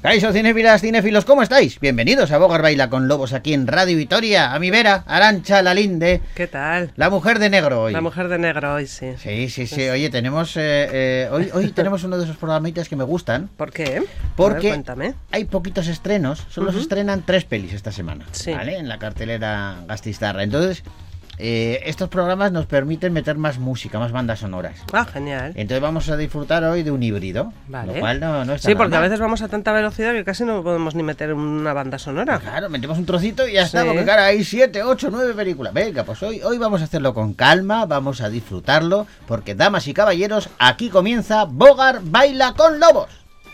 Caixo, cinéfilas, cinéfilos, ¿cómo estáis? Bienvenidos a Bogar Baila con Lobos aquí en Radio Vitoria. A mi vera, Arantxa Lalinde. ¿Qué tal? La mujer de negro hoy. La mujer de negro hoy, sí. Sí. Oye, tenemos hoy tenemos uno de esos programitas que me gustan. ¿Por qué? Porque A ver, cuéntame. hay poquitos estrenos. Solo se estrenan 3 pelis esta semana, Sí. ¿vale? En la cartelera Gastistarra. Entonces, estos programas nos permiten meter más música, más bandas sonoras. Ah, genial. Entonces vamos a disfrutar hoy de un híbrido, Vale. lo cual no está Sí, nada porque a mal. veces vamos a tanta velocidad que casi no podemos ni meter una banda sonora. Claro, metemos un trocito y ya está, Sí. porque claro, hay 7, 8, 9 películas. Venga, pues hoy vamos a hacerlo con calma, vamos a disfrutarlo, porque damas y caballeros, aquí comienza Bogar Baila con Lobos.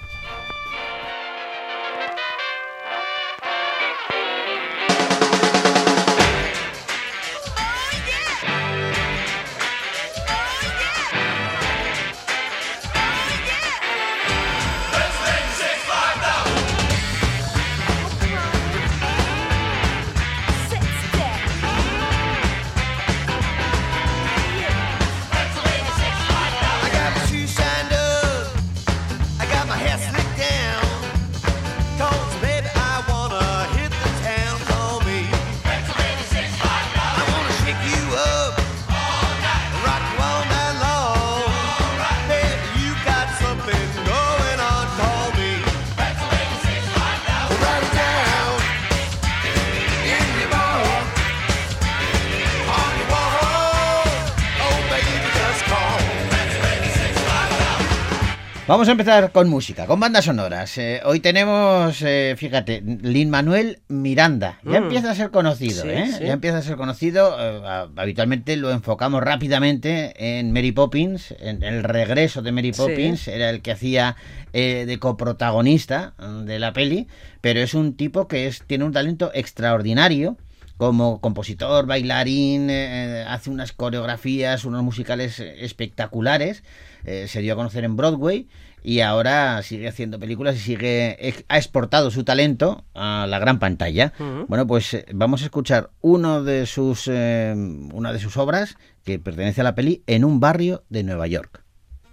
Vamos a empezar con música, con bandas sonoras. Hoy tenemos, fíjate, Lin-Manuel Miranda. Ya empieza a ser conocido, Sí, ¿eh? sí. Ya empieza a ser conocido. Habitualmente lo enfocamos rápidamente en Mary Poppins, en el regreso de Mary Poppins. Sí. Era el que hacía de coprotagonista de la peli, pero es un tipo que tiene un talento extraordinario. Como compositor, bailarín, hace unas coreografías, unos musicales espectaculares. Se dio a conocer en Broadway y ahora sigue haciendo películas y ha exportado su talento a la gran pantalla. Uh-huh. Bueno, pues vamos a escuchar una de sus obras que pertenece a la peli En un barrio de Nueva York.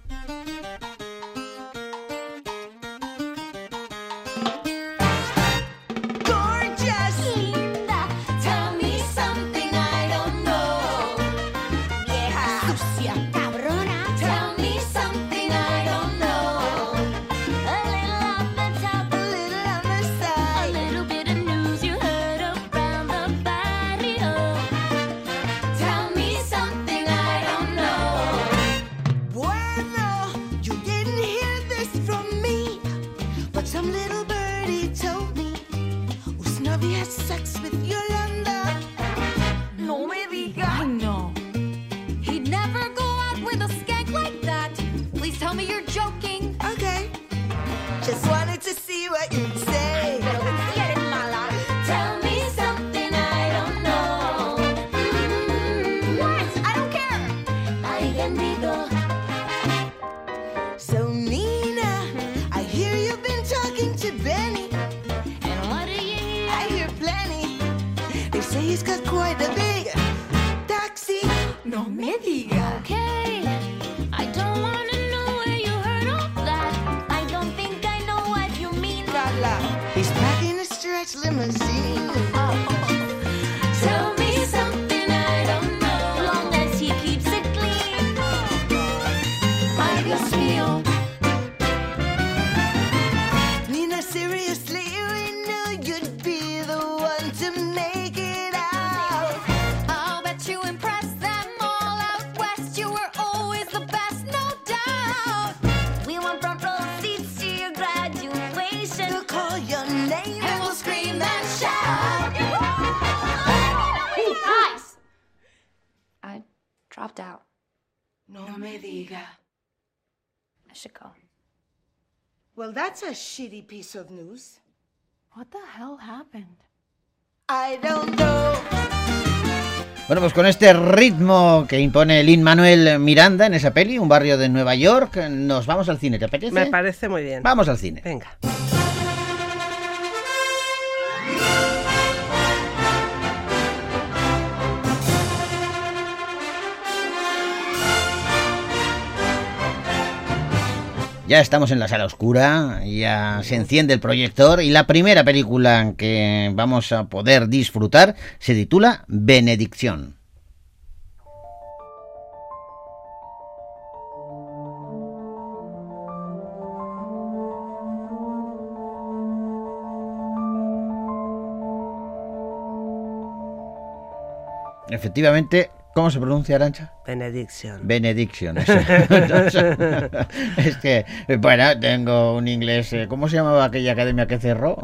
Dropped out. No me diga. I should go. Well, that's a shitty piece of news. What the hell happened? I don't know. Bueno, pues con este ritmo que impone Lin-Manuel Miranda en esa peli, Un barrio de Nueva York, nos vamos al cine, ¿te apetece? Me parece muy bien. Vamos al cine. Venga. Ya estamos en la sala oscura, ya se enciende el proyector y la primera película que vamos a poder disfrutar se titula Benedicción. Efectivamente, ¿cómo se pronuncia, Arantxa? Benediction. Benediction, eso. Es que, bueno, tengo un inglés. ¿Cómo se llamaba aquella academia que cerró?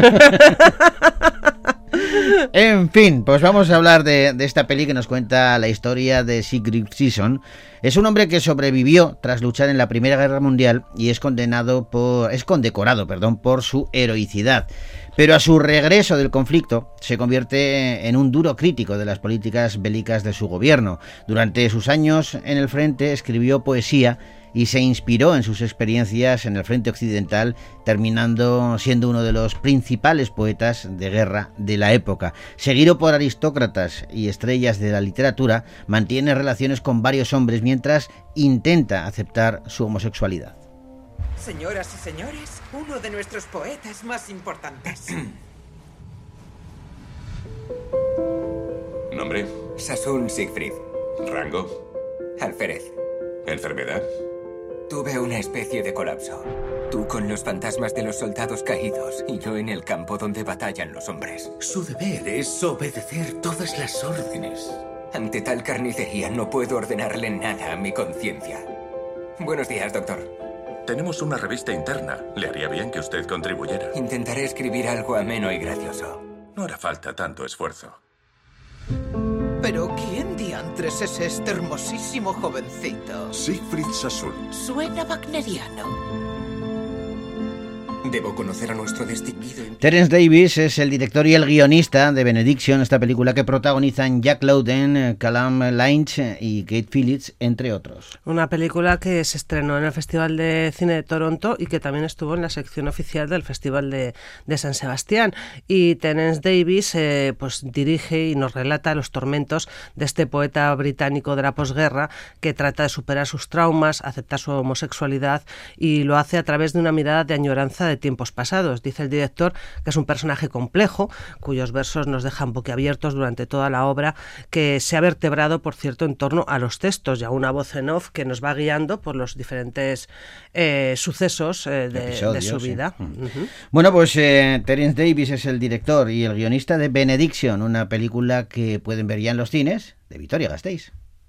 En fin, pues vamos a hablar de esta peli que nos cuenta la historia de Siegfried Sisson. Es un hombre que sobrevivió tras luchar en la Primera Guerra Mundial y es condecorado por su heroicidad. Pero a su regreso del conflicto se convierte en un duro crítico de las políticas bélicas de su gobierno. Durante sus años en el frente escribió poesía y se inspiró en sus experiencias en el frente occidental, terminando siendo uno de los principales poetas de guerra de la época. Seguido por aristócratas y estrellas de la literatura, mantiene relaciones con varios hombres mientras intenta aceptar su homosexualidad. Señoras y señores, uno de nuestros poetas más importantes. ¿Nombre? Sassoon Siegfried. ¿Rango? Alférez. ¿Enfermedad? Tuve una especie de colapso. Tú con los fantasmas de los soldados caídos y yo en el campo donde batallan los hombres. Su deber es obedecer todas las órdenes. Ante tal carnicería no puedo ordenarle nada a mi conciencia. Buenos días, doctor. Tenemos una revista interna. Le haría bien que usted contribuyera. Intentaré escribir algo ameno y gracioso. No hará falta tanto esfuerzo. ¿Pero quién diantres es este hermosísimo jovencito? Siegfried Sassoon. Suena wagneriano. Debo conocer a nuestro distinguido... Terence Davis es el director y el guionista de Benediction, esta película que protagonizan Jack Lowden, Callum Lynch y Kate Phillips, entre otros. Una película que se estrenó en el Festival de Cine de Toronto y que también estuvo en la sección oficial del Festival de San Sebastián. Y Terence Davis pues dirige y nos relata los tormentos de este poeta británico de la posguerra que trata de superar sus traumas, aceptar su homosexualidad y lo hace a través de una mirada de añoranza de tiempos pasados. Dice el director que es un personaje complejo, cuyos versos nos dejan boquiabiertos durante toda la obra, que se ha vertebrado, por cierto, en torno a los textos y a una voz en off que nos va guiando por los diferentes sucesos de su vida. Sí. Uh-huh. Bueno, pues Terence Davis es el director y el guionista de Benediction, una película que pueden ver ya en los cines de Vitoria-Gasteiz.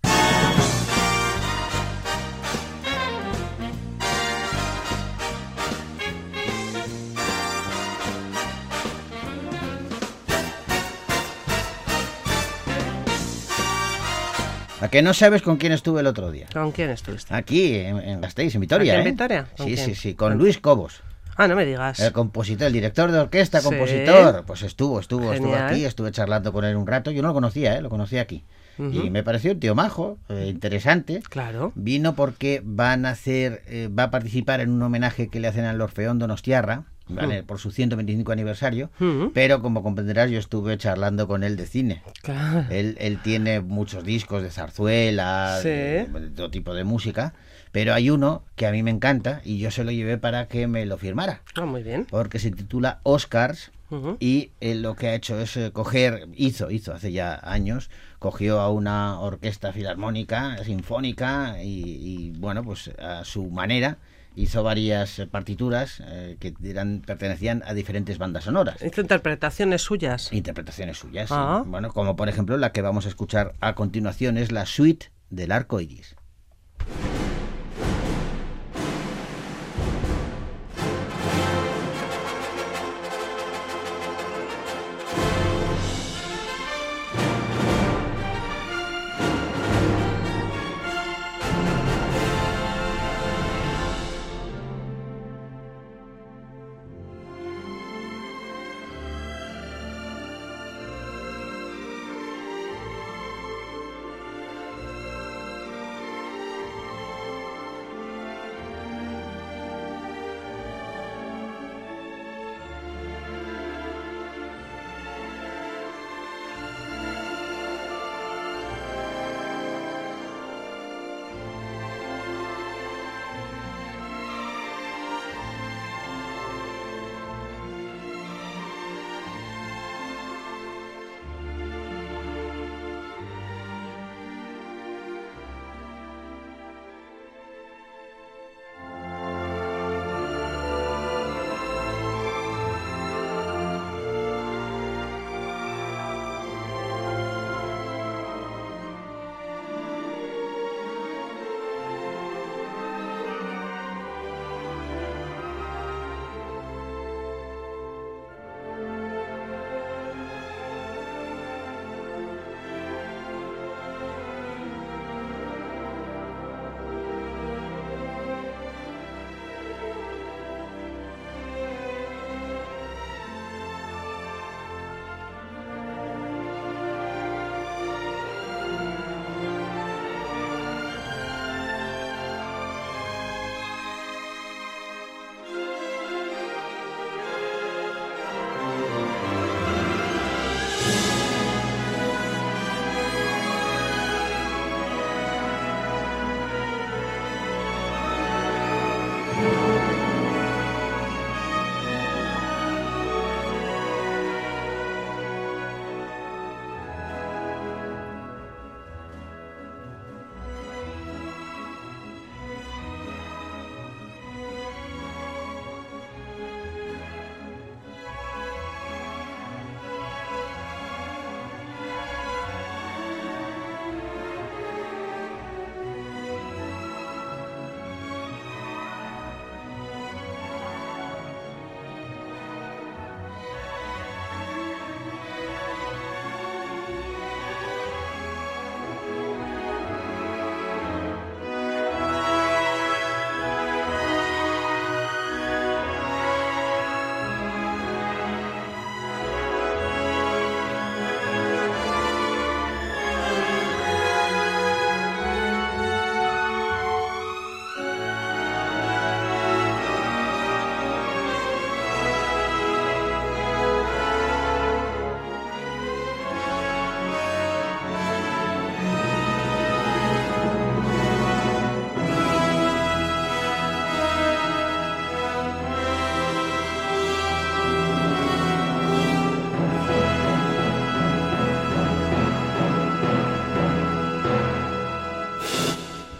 ¿A que no sabes con quién estuve el otro día? ¿Con quién estuviste? Aquí, en Gasteiz, en Vitoria. ¿Aquí en Vitoria? Sí, con Luis Cobos. Ah, no me digas. El compositor, el director de orquesta, Sí. compositor. Pues estuvo Genial. aquí, estuve charlando con él un rato. Yo no lo conocía, lo conocí aquí. Uh-huh. Y me pareció un tío majo, interesante. Claro. Vino porque va a participar en un homenaje que le hacen al Orfeón Donostiarra, ¿vale? Por su 125 aniversario. Pero como comprenderás, yo estuve charlando con él de cine. Claro. Él tiene muchos discos de zarzuela, Sí. de todo tipo de música, pero hay uno que a mí me encanta y yo se lo llevé para que me lo firmara. Ah, muy bien. Porque se titula Oscars. Uh-huh. Y lo que ha hecho es hizo hace ya años, cogió a una orquesta filarmónica, sinfónica y bueno, pues a su manera hizo varias partituras que pertenecían a diferentes bandas sonoras. ¿Hizo interpretaciones suyas? Interpretaciones suyas, sí. Ah. Bueno, como por ejemplo la que vamos a escuchar a continuación es la suite del arco iris.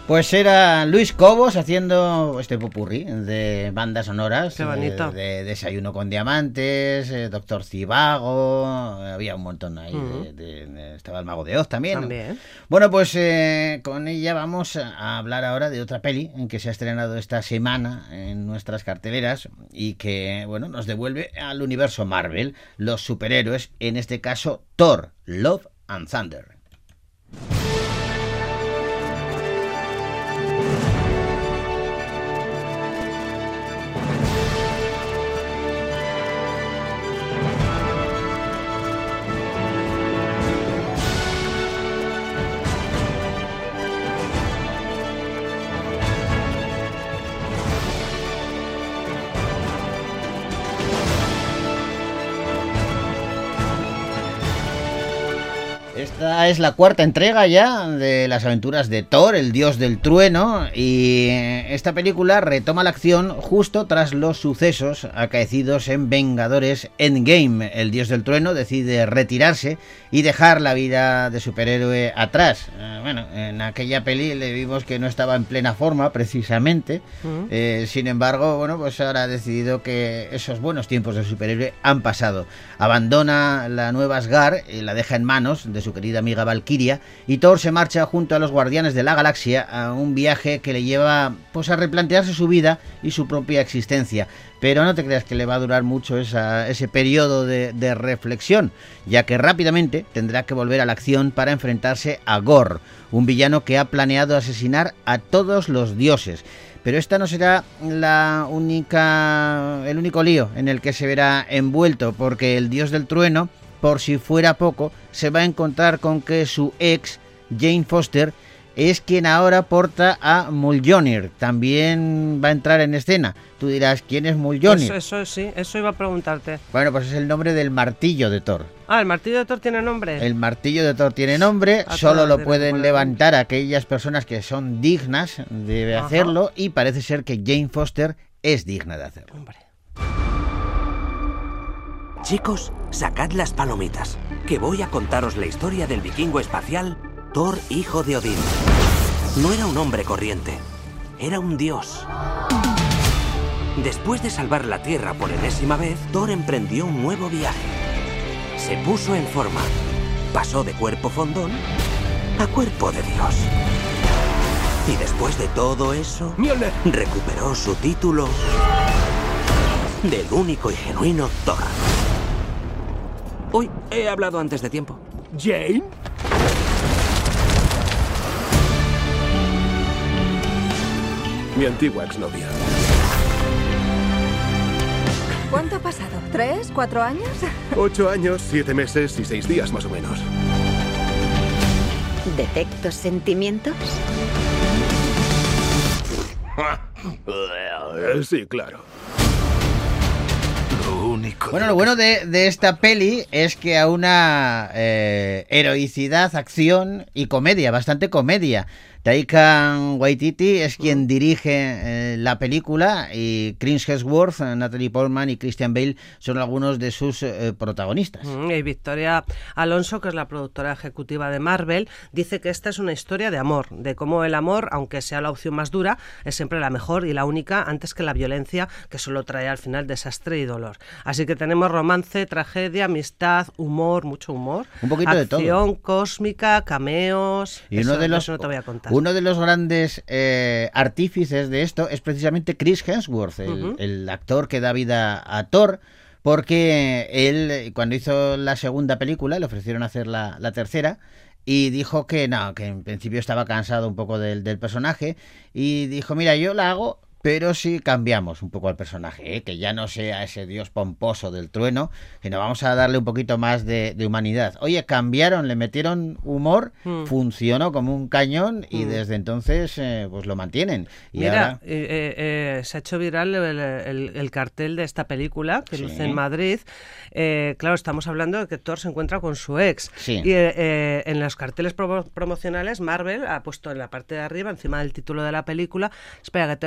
Pues era Luis Cobos haciendo este popurrí de bandas sonoras. Qué bonito. De Desayuno con Diamantes, Doctor Civago, había un montón ahí. Estaba el Mago de Oz también. Bueno, pues con ella vamos a hablar ahora de otra peli en que se ha estrenado esta semana en nuestras carteleras y que, bueno, nos devuelve al universo Marvel, los superhéroes, en este caso Thor, Love and Thunder. Esta es la cuarta entrega ya de las aventuras de Thor, el dios del trueno, y esta película retoma la acción justo tras los sucesos acaecidos en Vengadores Endgame. El dios del trueno decide retirarse y dejar la vida de superhéroe atrás. Bueno, en aquella peli le vimos que no estaba en plena forma, precisamente. Sin embargo, bueno, pues ahora ha decidido que esos buenos tiempos de superhéroe han pasado. Abandona la nueva Asgard y la deja en manos de su querida amiga Valkyria, y Thor se marcha junto a los Guardianes de la Galaxia a un viaje que le lleva pues a replantearse su vida y su propia existencia. Pero no te creas que le va a durar mucho ese periodo de reflexión, ya que rápidamente tendrá que volver a la acción para enfrentarse a Gorr, un villano que ha planeado asesinar a todos los dioses. Pero esta no será el único lío en el que se verá envuelto, porque el dios del trueno, por si fuera poco, se va a encontrar con que su ex, Jane Foster, es quien ahora porta a Mjolnir. También va a entrar en escena. Tú dirás, ¿quién es Mjolnir? Eso iba a preguntarte. Bueno, pues es el nombre del martillo de Thor. Ah, ¿el martillo de Thor tiene nombre? El martillo de Thor tiene nombre, solo lo pueden levantar aquellas personas que son dignas de hacerlo, y parece ser que Jane Foster es digna de hacerlo. Hombre. Chicos, sacad las palomitas, que voy a contaros la historia del vikingo espacial Thor, hijo de Odín. No era un hombre corriente, era un dios. Después de salvar la Tierra por enésima vez, Thor emprendió un nuevo viaje. Se puso en forma, pasó de cuerpo fondón a cuerpo de dios. Y después de todo eso, recuperó su título del único y genuino Thor. Uy, he hablado antes de tiempo. ¿Jane? Mi antigua exnovia. ¿Cuánto ha pasado? ¿3, 4 años? 8 años, 7 meses y 6 días más o menos. ¿Detecto sentimientos? Sí, claro. Bueno, lo bueno de esta peli es que a una heroicidad, acción y comedia, bastante comedia. Taika Waititi es quien dirige la película, y Chris Hemsworth, Natalie Portman y Christian Bale son algunos de sus protagonistas. Y Victoria Alonso, que es la productora ejecutiva de Marvel, dice que esta es una historia de amor, de cómo el amor, aunque sea la opción más dura, es siempre la mejor y la única antes que la violencia, que solo trae al final desastre y dolor. Así que tenemos romance, tragedia, amistad, humor, mucho humor, un poquito de todo, acción cósmica, cameos. Y eso no te voy a contar. Uno de los grandes artífices de esto es precisamente Chris Hemsworth, el actor que da vida a Thor, porque él, cuando hizo la segunda película, le ofrecieron hacer la tercera, y dijo que no, que en principio estaba cansado un poco del personaje, y dijo, mira, yo la hago, pero sí cambiamos un poco al personaje, que ya no sea ese dios pomposo del trueno, sino vamos a darle un poquito más de humanidad. Oye, cambiaron, le metieron humor, funcionó como un cañón, y desde entonces pues lo mantienen. Y mira, ahora... se ha hecho viral el cartel de esta película, que luce en Madrid. Claro, estamos hablando de que Thor se encuentra con su ex. Sí. Y en los carteles promocionales, Marvel ha puesto en la parte de arriba, encima del título de la película, espera, que te lo voy a decir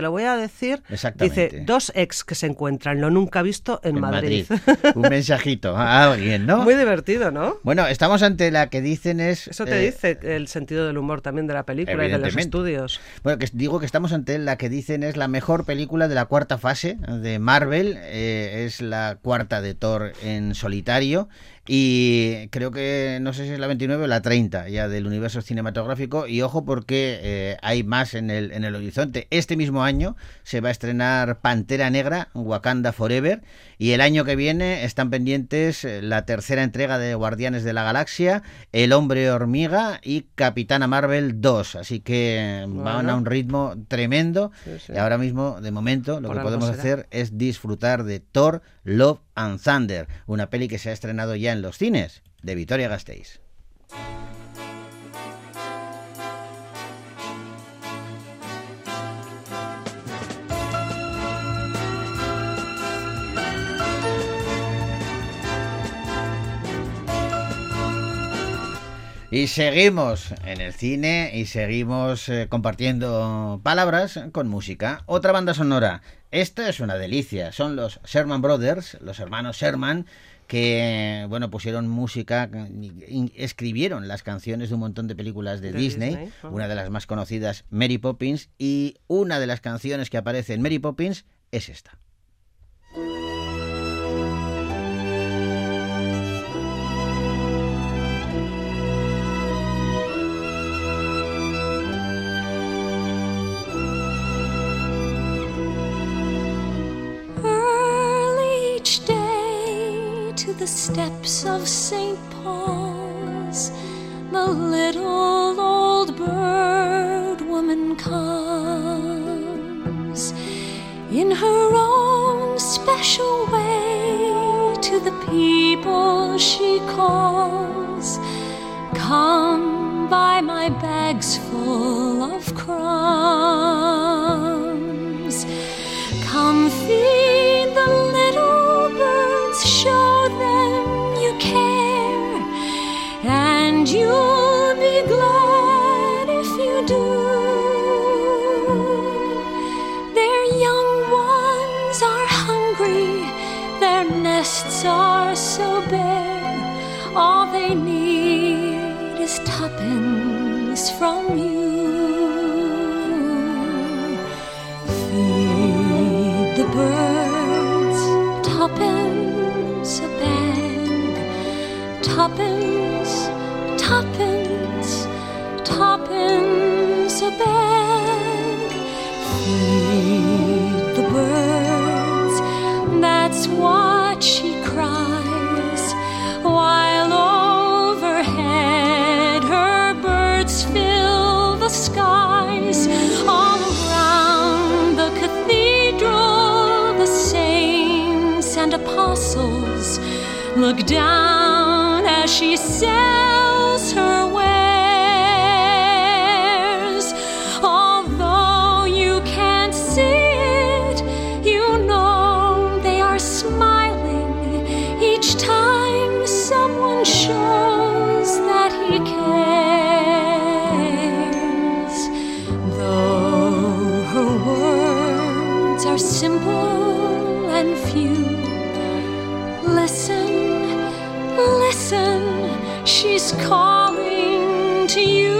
decir, Exactamente. dice, 2 ex que se encuentran, lo nunca visto en Madrid. Un mensajito a alguien, ¿no? Muy divertido, ¿no? Bueno, estamos ante la que dicen es... Eso te dice el sentido del humor también de la película y de los estudios. Bueno, que digo que estamos ante la que dicen es la mejor película de la cuarta fase de Marvel, es la cuarta de Thor en solitario. Y creo que no sé si es la 29 o la 30 ya del universo cinematográfico. Y ojo porque hay más en el horizonte. Este mismo año se va a estrenar Pantera Negra, Wakanda Forever. Y el año que viene están pendientes la tercera entrega de Guardianes de la Galaxia, El Hombre Hormiga y Capitana Marvel 2. Así que van a un ritmo tremendo. Sí. Y ahora mismo, de momento, lo que podemos hacer es disfrutar de Thor, Love and Thunder, una peli que se ha estrenado ya en los cines de Vitoria-Gasteiz. Y seguimos en el cine y seguimos compartiendo palabras con música. Otra banda sonora. Esta es una delicia. Son los Sherman Brothers, los hermanos Sherman, que bueno, pusieron música, escribieron las canciones de un montón de películas de Disney. Una de las más conocidas, Mary Poppins, y una de las canciones que aparece en Mary Poppins es esta. The steps of St. Paul's, the little old bird woman comes in her own special way to the people she calls. Come buy my bags full of crumbs. Come feed the little birds, show them you care, and you'll be glad if you do. Their young ones are hungry, their nests are so bare, all they need is tuppence from you. Feed the birds, tuppence a bag, tuppence, tuppence, tuppence a bag. Feed the birds, that's what she cries, while overhead her birds fill the skies. All around the cathedral, the saints and apostles look down as she sells her wares. Although you can't see it, you know they are smiling each time someone shows that he cares. Though her words are simple and few, listen, listen, she's calling to you.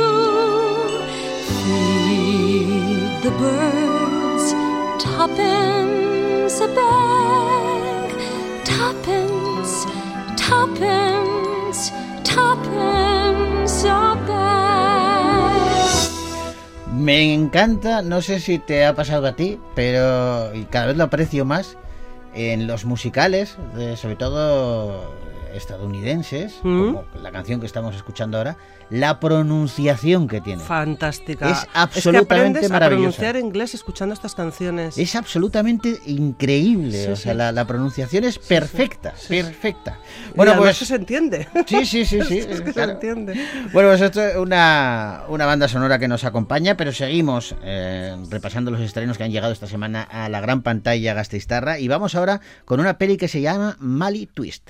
Feed the birds, tuppence a bag, tuppence, tuppence, tuppence a bag. Me encanta, no sé si te ha pasado a ti, pero cada vez lo aprecio más en los musicales, sobre todo estadounidenses, como la canción que estamos escuchando ahora, la pronunciación que tiene. Fantástica. Es absolutamente es que maravillosa. A pronunciar inglés escuchando estas canciones. Es absolutamente increíble. Sí, o sea, sí. la pronunciación es perfecta, perfecta. Bueno, Bueno, pues se entiende. Sí. Es que Claro. se entiende. Bueno, pues esto es una banda sonora que nos acompaña, pero seguimos repasando los estrenos que han llegado esta semana a la gran pantalla gasteiztarra y vamos ahora con una peli que se llama Mali Twist.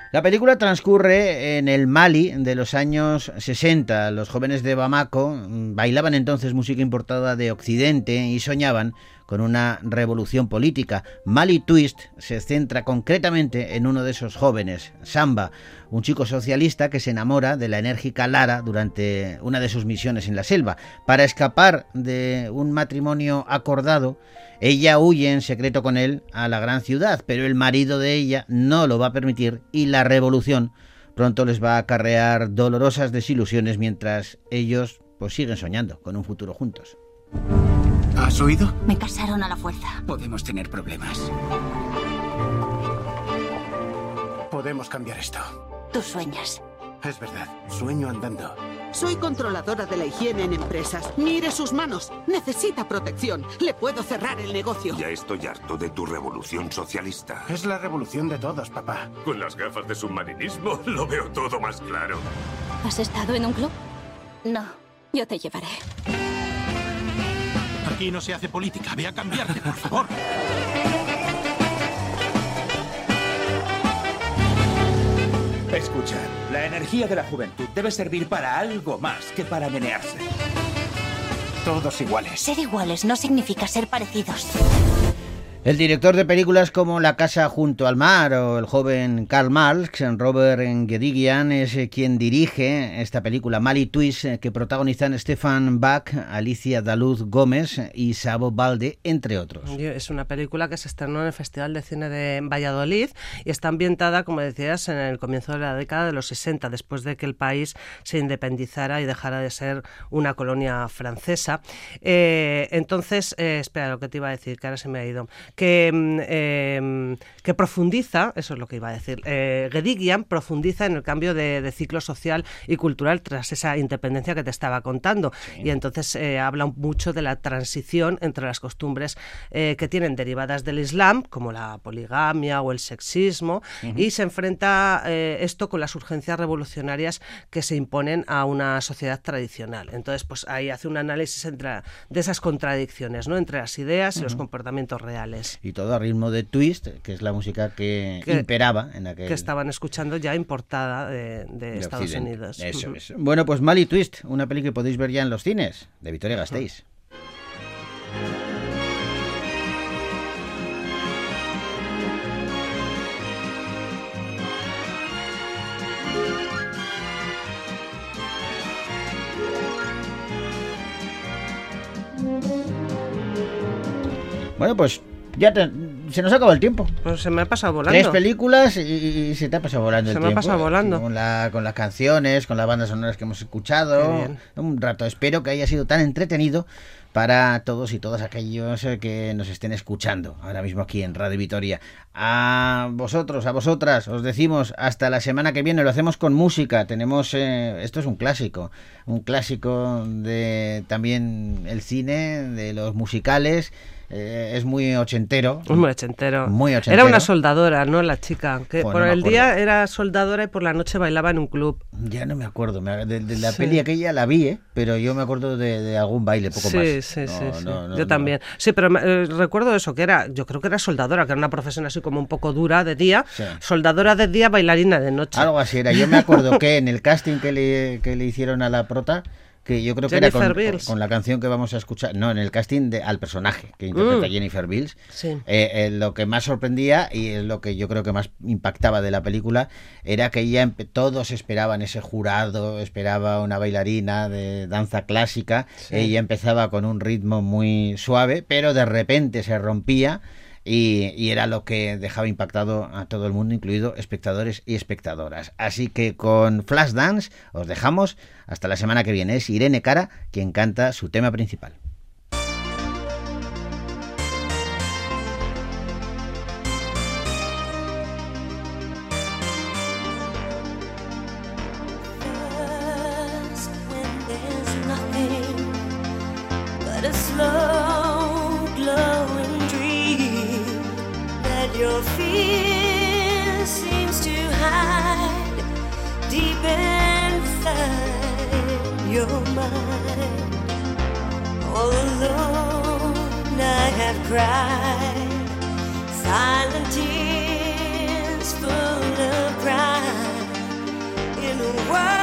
La película transcurre en el Mali de los años 60. Los jóvenes de Bamako bailaban entonces música importada de Occidente y soñaban con una revolución política. Mali Twist se centra concretamente en uno de esos jóvenes, Samba, un chico socialista que se enamora de la enérgica Lara durante una de sus misiones en la selva. Para escapar de un matrimonio acordado, ella huye en secreto con él a la gran ciudad, pero el marido de ella no lo va a permitir y la revolución pronto les va a acarrear dolorosas desilusiones mientras ellos pues siguen soñando con un futuro juntos. ¿Has oído? Me casaron a la fuerza. Podemos tener problemas. Podemos cambiar esto. Tú sueñas. Es verdad, sueño andando. Soy controladora de la higiene en empresas. Mire sus manos. Necesita protección. Le puedo cerrar el negocio. Ya estoy harto de tu revolución socialista. Es la revolución de todos, papá. Con las gafas de submarinismo lo veo todo más claro. ¿Has estado en un club? No, yo te llevaré. Aquí no se hace política. Ve a cambiarte, por favor. Escucha, la energía de la juventud debe servir para algo más que para menearse. Todos iguales. Ser iguales no significa ser parecidos. El director de películas como La casa junto al mar o el joven Karl Marx, Robert Guédiguian, es quien dirige esta película Mali Twist, que protagonizan Stefan Bach, Alicia Daluz Gómez y Sabo Balde, entre otros. Es una película que se estrenó en el Festival de Cine de Valladolid y está ambientada, como decías, en el comienzo de la década de los 60, después de que el país se independizara y dejara de ser una colonia francesa. Entonces, espera, lo que te iba a decir, que ahora se me ha ido. Que profundiza, eso es lo que iba a decir, Guédiguian profundiza en el cambio de ciclo social y cultural tras esa independencia que te estaba contando. Sí. Y entonces habla mucho de la transición entre las costumbres que tienen derivadas del Islam, como la poligamia o el sexismo, y se enfrenta esto con las urgencias revolucionarias que se imponen a una sociedad tradicional. Entonces, pues ahí hace un análisis de esas contradicciones, ¿no?, entre las ideas y los comportamientos reales. Y todo a ritmo de twist, que es la música que imperaba en aquel... Que estaban escuchando ya importada de Estados Unidos. Eso es. Bueno, pues Mali Twist, una peli que podéis ver ya en los cines, de Vitoria Gasteiz. Bueno, pues ya se nos acabó el tiempo. Pues se me ha pasado volando. 3 películas y se te ha pasado volando el tiempo. Se me ha pasado volando. Con las canciones, con las bandas sonoras que hemos escuchado. Un rato. Espero que haya sido tan entretenido para todos y todas aquellos que nos estén escuchando ahora mismo aquí en Radio Vitoria. A vosotros, a vosotras, os decimos hasta la semana que viene. Lo hacemos con música. Tenemos, esto es un clásico de también el cine, de los musicales. Es muy ochentero. Muy ochentero. Era una soldadora, ¿no? La chica. Que por el día era soldadora y por la noche bailaba en un club. Ya no me acuerdo. De la peli aquella la vi, pero yo me acuerdo de algún baile, poco más. Sí. Yo también. Sí, pero recuerdo eso, yo creo que era soldadora, que era una profesión así como un poco dura de día. Sí. Soldadora de día, bailarina de noche. Algo así era. Yo me acuerdo que en el casting que le hicieron a la prota, que yo creo que Jennifer era con la canción que vamos a escuchar, no, en el casting al personaje que interpreta Jennifer Beals, sí. Lo que más sorprendía y es lo que yo creo que más impactaba de la película era que todos esperaban ese jurado, esperaba una bailarina de danza clásica, sí. Ella empezaba con un ritmo muy suave, pero de repente se rompía. Y era lo que dejaba impactado a todo el mundo, incluido espectadores y espectadoras. Así que con Flashdance os dejamos hasta la semana que viene. Es Irene Cara quien canta su tema principal. Your fear seems to hide deep inside your mind. All alone I have cried silent tears full of pride. world.